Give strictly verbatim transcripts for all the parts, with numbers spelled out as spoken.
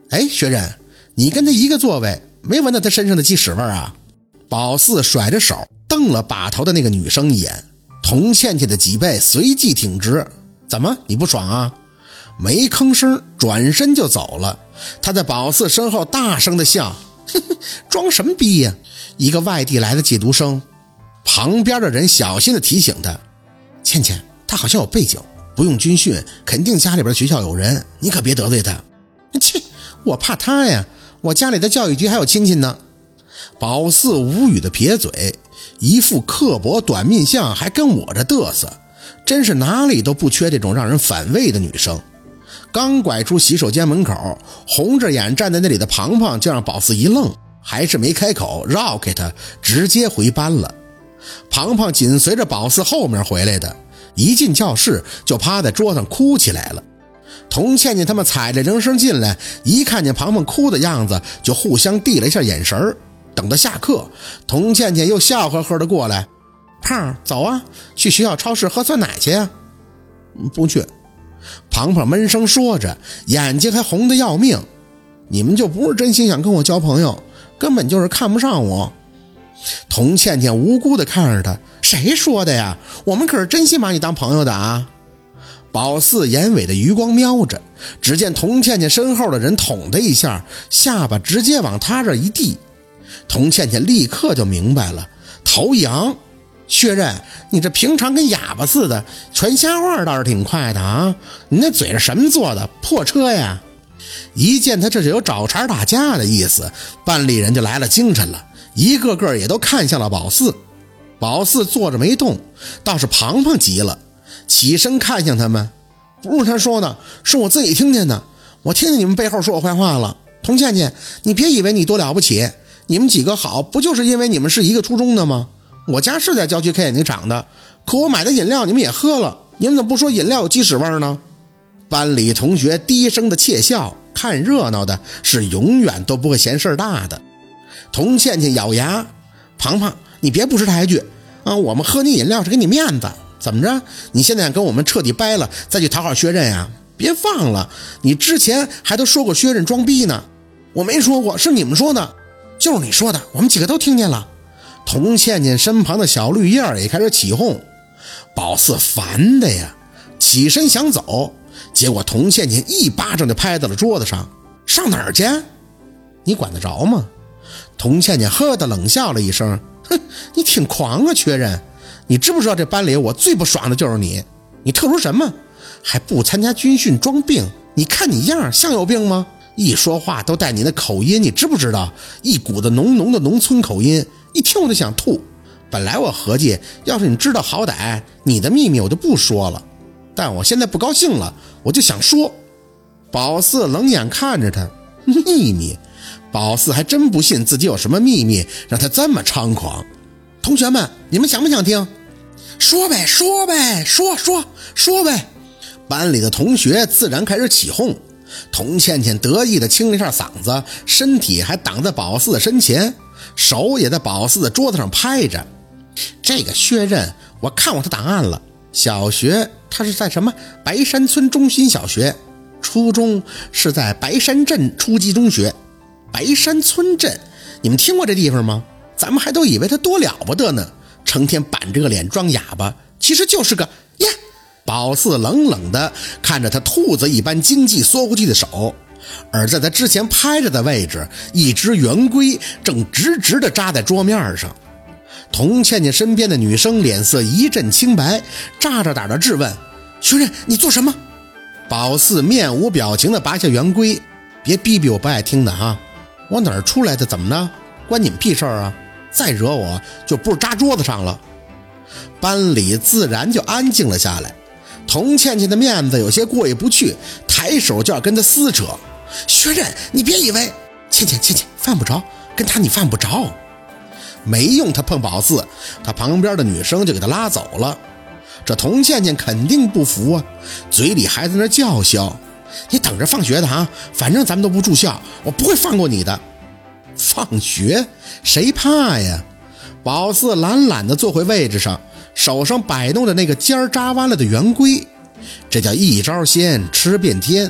哎，薛刃，你跟他一个座位，没闻到他身上的鸡屎味啊？宝四甩着手瞪了把头的那个女生一眼，童倩倩的脊背随即挺直。怎么，你不爽啊？没吭声，转身就走了。他在宝四身后大声的笑，呵呵，装什么逼呀、啊？一个外地来的寄读生。旁边的人小心的提醒他，倩倩，他好像有背景，不用军训，肯定家里边学校有人，你可别得罪他。切，我怕他呀，我家里的教育局还有亲戚呢。宝四无语的撇嘴，一副刻薄短命相，还跟我这嘚瑟，真是哪里都不缺这种让人反胃的女生。刚拐出洗手间门口，红着眼站在那里的庞庞就让宝四一愣，还是没开口，绕开他直接回班了。庞庞紧随着宝四后面回来的，一进教室就趴在桌上哭起来了。童倩倩他们踩着铃声进来，一看见庞庞哭的样子，就互相递了一下眼神。等到下课，童倩倩又笑呵呵的过来，胖，走啊，去学校超市喝酸奶去啊。不去。庞庞闷声说着，眼睛还红得要命。你们就不是真心想跟我交朋友，根本就是看不上我。童倩倩无辜地看着他，谁说的呀？我们可是真心把你当朋友的啊。宝四眼尾的余光瞄着，只见童倩倩身后的人捅他一下，下巴直接往他这一递。童倩倩立刻就明白了，头一昂，薛刃，你这平常跟哑巴似的，传瞎话倒是挺快的啊！你那嘴是什么做的？破车呀！一见他这是有找茬打架的意思，班里人就来了精神了，一个个也都看向了宝四。宝四坐着没动，倒是庞庞急了，起身看向他们，不是他说的，是我自己听见的，我听见你们背后说我坏话了。童倩倩，你别以为你多了不起，你们几个好，不就是因为你们是一个初中的吗？我家是在郊区开眼镜厂的，可我买的饮料你们也喝了，你们怎么不说饮料有鸡屎味呢？班里同学低声的窃笑，看热闹的是永远都不会嫌事儿大的。童倩倩咬牙，庞庞，你别不识抬举啊！我们喝你饮料是给你面子，怎么着？你现在想跟我们彻底掰了，再去讨好薛刃呀？别忘了，你之前还都说过薛刃装逼呢。我没说过，是你们说的。就是你说的，我们几个都听见了。童倩倩身旁的小绿叶也开始起哄，宝四烦的呀，起身想走，结果童倩倩一巴掌就拍在了桌子上。上哪儿去？你管得着吗？童倩倩呵的冷笑了一声，哼，你挺狂啊，薛刃，你知不知道这班里我最不爽的就是你？你特殊什么？还不参加军训装病？你看你样像有病吗？一说话都带你的口音，你知不知道？一股子浓浓的农村口音，一听我就想吐。本来我合计，要是你知道好歹，你的秘密我就不说了，但我现在不高兴了，我就想说。宝四冷眼看着他，秘密？宝四还真不信自己有什么秘密，让他这么猖狂。同学们，你们想不想听？说呗，说呗，说说说呗。班里的同学自然开始起哄。童倩倩得意地清了一下嗓子，身体还挡在宝四的身前，手也在宝四的桌子上拍着。这个薛刃，我看过他档案了，小学他是在什么白山村中心小学，初中是在白山镇初级中学。白山村镇，你们听过这地方吗？咱们还都以为他多了不得呢，成天板着个脸装哑巴，其实就是个呀。宝四冷冷地看着他兔子一般经济缩回去的手，而在他之前拍着的位置，一只圆规正直直地扎在桌面上。童倩倩身边的女生脸色一阵青白，炸着胆地质问：薛刃，你做什么？宝四面无表情地拔下圆规，别逼逼我不爱听的哈，我哪儿出来的怎么呢？关你们屁事儿啊！再惹我就不是扎桌子上了。班里自然就安静了下来。童倩倩的面子有些过意不去，抬手就要跟他撕扯。薛刃，你别以为……倩倩倩倩，犯不着，跟他你犯不着。没用他碰宝四，他旁边的女生就给他拉走了。这童倩倩肯定不服啊，嘴里还在那叫嚣：你等着放学的啊，反正咱们都不住校，我不会放过你的。放学？谁怕呀？宝四懒懒地坐回位置上，手上摆弄着那个尖扎弯了的圆规，这叫一招鲜吃遍天。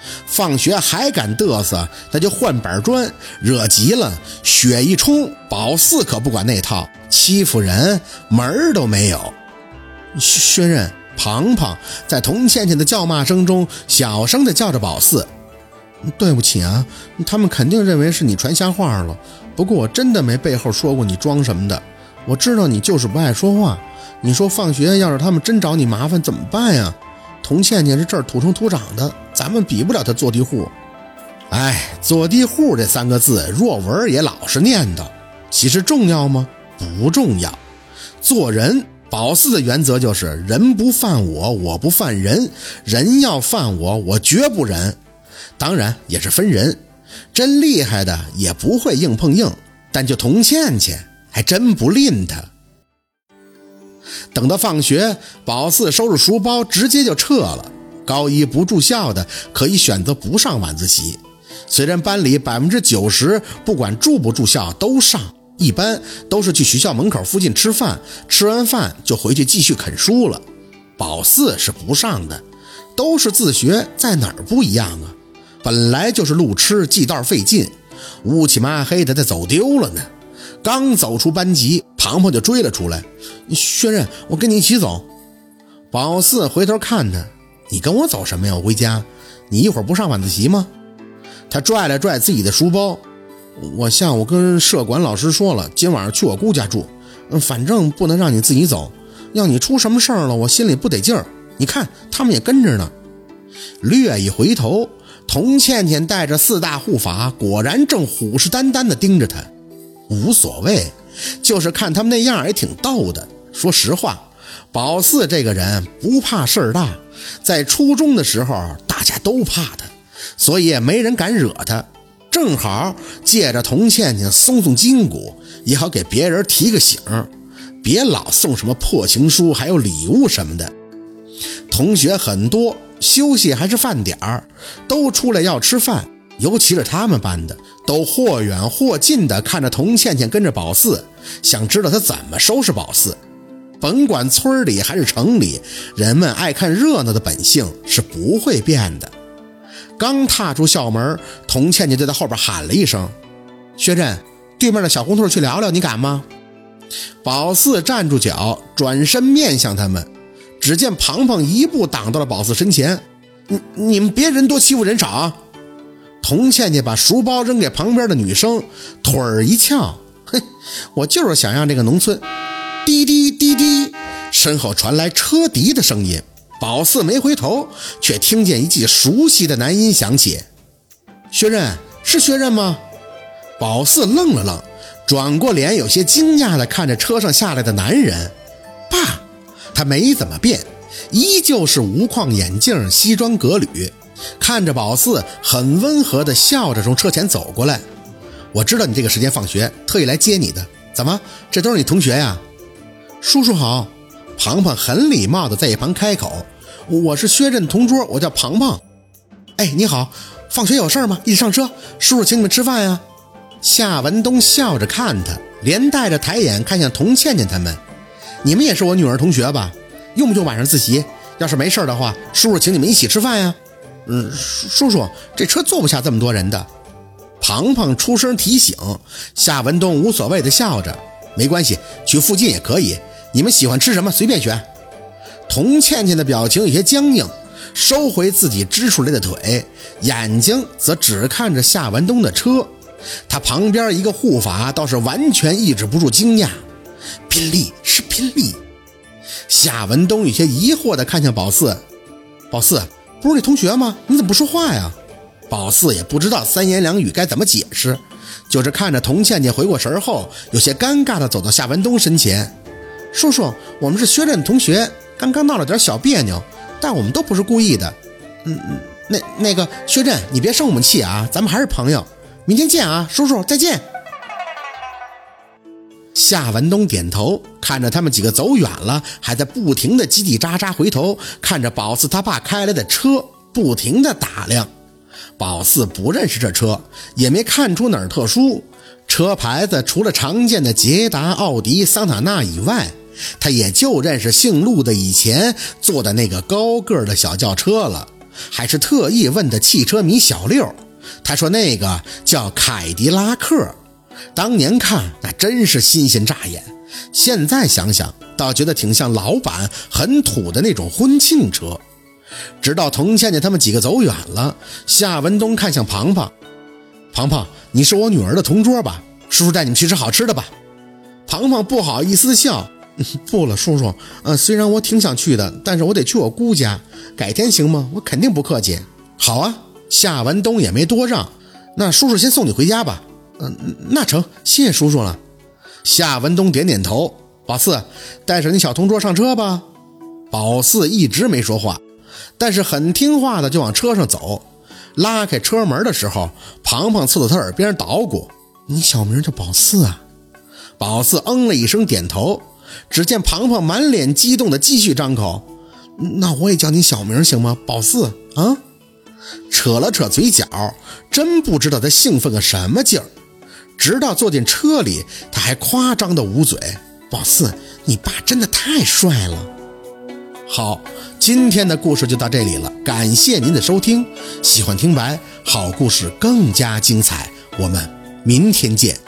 放学还敢嘚瑟，那就换板砖，惹急了血一冲，宝四可不管那套，欺负人门儿都没有。薛任、庞庞在童倩倩的叫骂声中小声地叫着宝四，对不起啊，他们肯定认为是你传瞎话了，不过我真的没背后说过你装什么的，我知道你就是不爱说话，你说放学要是他们真找你麻烦怎么办呀？童倩倩是这儿土生土长的，咱们比不了她坐地户。哎，坐地户这三个字若文也老是念叨，其实重要吗？不重要。做人宝四的原则就是人不犯我，我不犯人，人要犯我，我绝不忍。当然也是分人，真厉害的也不会硬碰硬，但就童倩倩还真不吝她。等到放学，宝四收拾书包直接就撤了。高一不住校的可以选择不上晚自习，虽然班里 百分之九十 不管住不住校都上，一般都是去学校门口附近吃饭，吃完饭就回去继续啃书了。宝四是不上的，都是自学，在哪儿不一样啊？本来就是路痴，记道费劲，乌漆麻黑的再走丢了呢。刚走出班级，庞庞就追了出来，薛任，我跟你一起走。宝四回头看他，你跟我走什么呀？我回家，你一会儿不上晚自习吗？他拽了拽自己的书包，我下午跟社管老师说了，今晚上去我姑家住，反正不能让你自己走，要你出什么事儿了，我心里不得劲儿。你看他们也跟着呢。略一回头，童倩倩带着四大护法果然正虎视眈眈地盯着他。无所谓，就是看他们那样也挺逗的。说实话，宝四这个人不怕事儿大，在初中的时候大家都怕他，所以也没人敢惹他。正好借着童倩倩松松筋骨，也好给别人提个醒，别老送什么破情书还有礼物什么的。同学很多，休息还是饭点儿，都出来要吃饭，尤其是他们班的，都或远或近的看着童倩倩跟着宝四，想知道他怎么收拾宝四。甭管村里还是城里，人们爱看热闹的本性是不会变的。刚踏出校门，童倩倩就在后边喊了一声，薛震，对面的小胡同去聊聊，你敢吗？宝四站住脚，转身面向他们，只见庞庞一步挡到了宝四身前，你你们别人多欺负人少啊！童倩倩把书包扔给旁边的女生，腿儿一翘，嘿，我就是想让这个农村。滴滴滴滴，身后传来车笛的声音，宝四没回头，却听见一记熟悉的男音响起。薛刃，是薛刃吗？宝四愣了愣，转过脸，有些惊讶地看着车上下来的男人。爸，他没怎么变，依旧是无框眼镜，西装革履，看着宝四很温和地笑着从车前走过来。我知道你这个时间放学，特意来接你的，怎么这都是你同学呀？叔叔好。庞庞很礼貌地在一旁开口，我是薛震同桌，我叫庞庞。哎，你好，放学有事吗？一起上车，叔叔请你们吃饭呀。夏文东笑着看他，连带着抬眼看向童倩倩他们，你们也是我女儿同学吧？用不用晚上自习？要是没事的话，叔叔请你们一起吃饭呀。嗯，叔叔，这车坐不下这么多人的。庞庞出声提醒，夏文东无所谓地笑着，没关系，去附近也可以，你们喜欢吃什么随便选。童倩倩的表情有些僵硬，收回自己支出来的腿，眼睛则只看着夏文东的车。他旁边一个护法倒是完全抑制不住惊讶，宾利是宾利。夏文东有些疑惑地看向宝四，宝四，不是你同学吗？你怎么不说话呀？宝四也不知道三言两语该怎么解释，就是看着童倩倩回过神后，有些尴尬地走到夏文东身前。叔叔，我们是薛震同学，刚刚闹了点小别扭，但我们都不是故意的。嗯嗯，那那个薛震，你别生我们气啊，咱们还是朋友，明天见啊，叔叔再见。夏文东点头，看着他们几个走远了，还在不停的叽叽喳喳回头看着宝四他爸开来的车，不停的打量。宝四不认识这车，也没看出哪儿特殊，车牌子除了常见的捷达、奥迪、桑塔纳以外，他也就认识姓陆的以前坐的那个高个的小轿车了， 还是特意问的汽车迷小六，他说那个叫凯迪拉克，当年看那真是新鲜乍眼，现在想想倒觉得挺像老板很土的那种婚庆车。直到童倩倩他们几个走远了，夏文东看向庞庞，庞庞，你是我女儿的同桌吧？叔叔带你们去吃好吃的吧。庞庞不好意思笑，不了叔叔，呃，虽然我挺想去的，但是我得去我姑家，改天行吗？我肯定不客气。好啊，夏文东也没多让，那叔叔先送你回家吧。嗯、呃，那成，谢谢叔叔了。夏文东点点头，宝四，带着你小同桌上车吧。宝四一直没说话，但是很听话的就往车上走。拉开车门的时候，庞庞凑到他耳边捣鼓，你小名叫宝四啊？宝四嗯了一声点头。只见庞庞满脸激动的继续张口，那我也叫你小名行吗？宝四啊？扯了扯嘴角，真不知道他兴奋个什么劲儿。直到坐进车里，他还夸张的捂嘴，宝四，你爸真的太帅了。好，今天的故事就到这里了，感谢您的收听。喜欢听白，好故事更加精彩，我们明天见。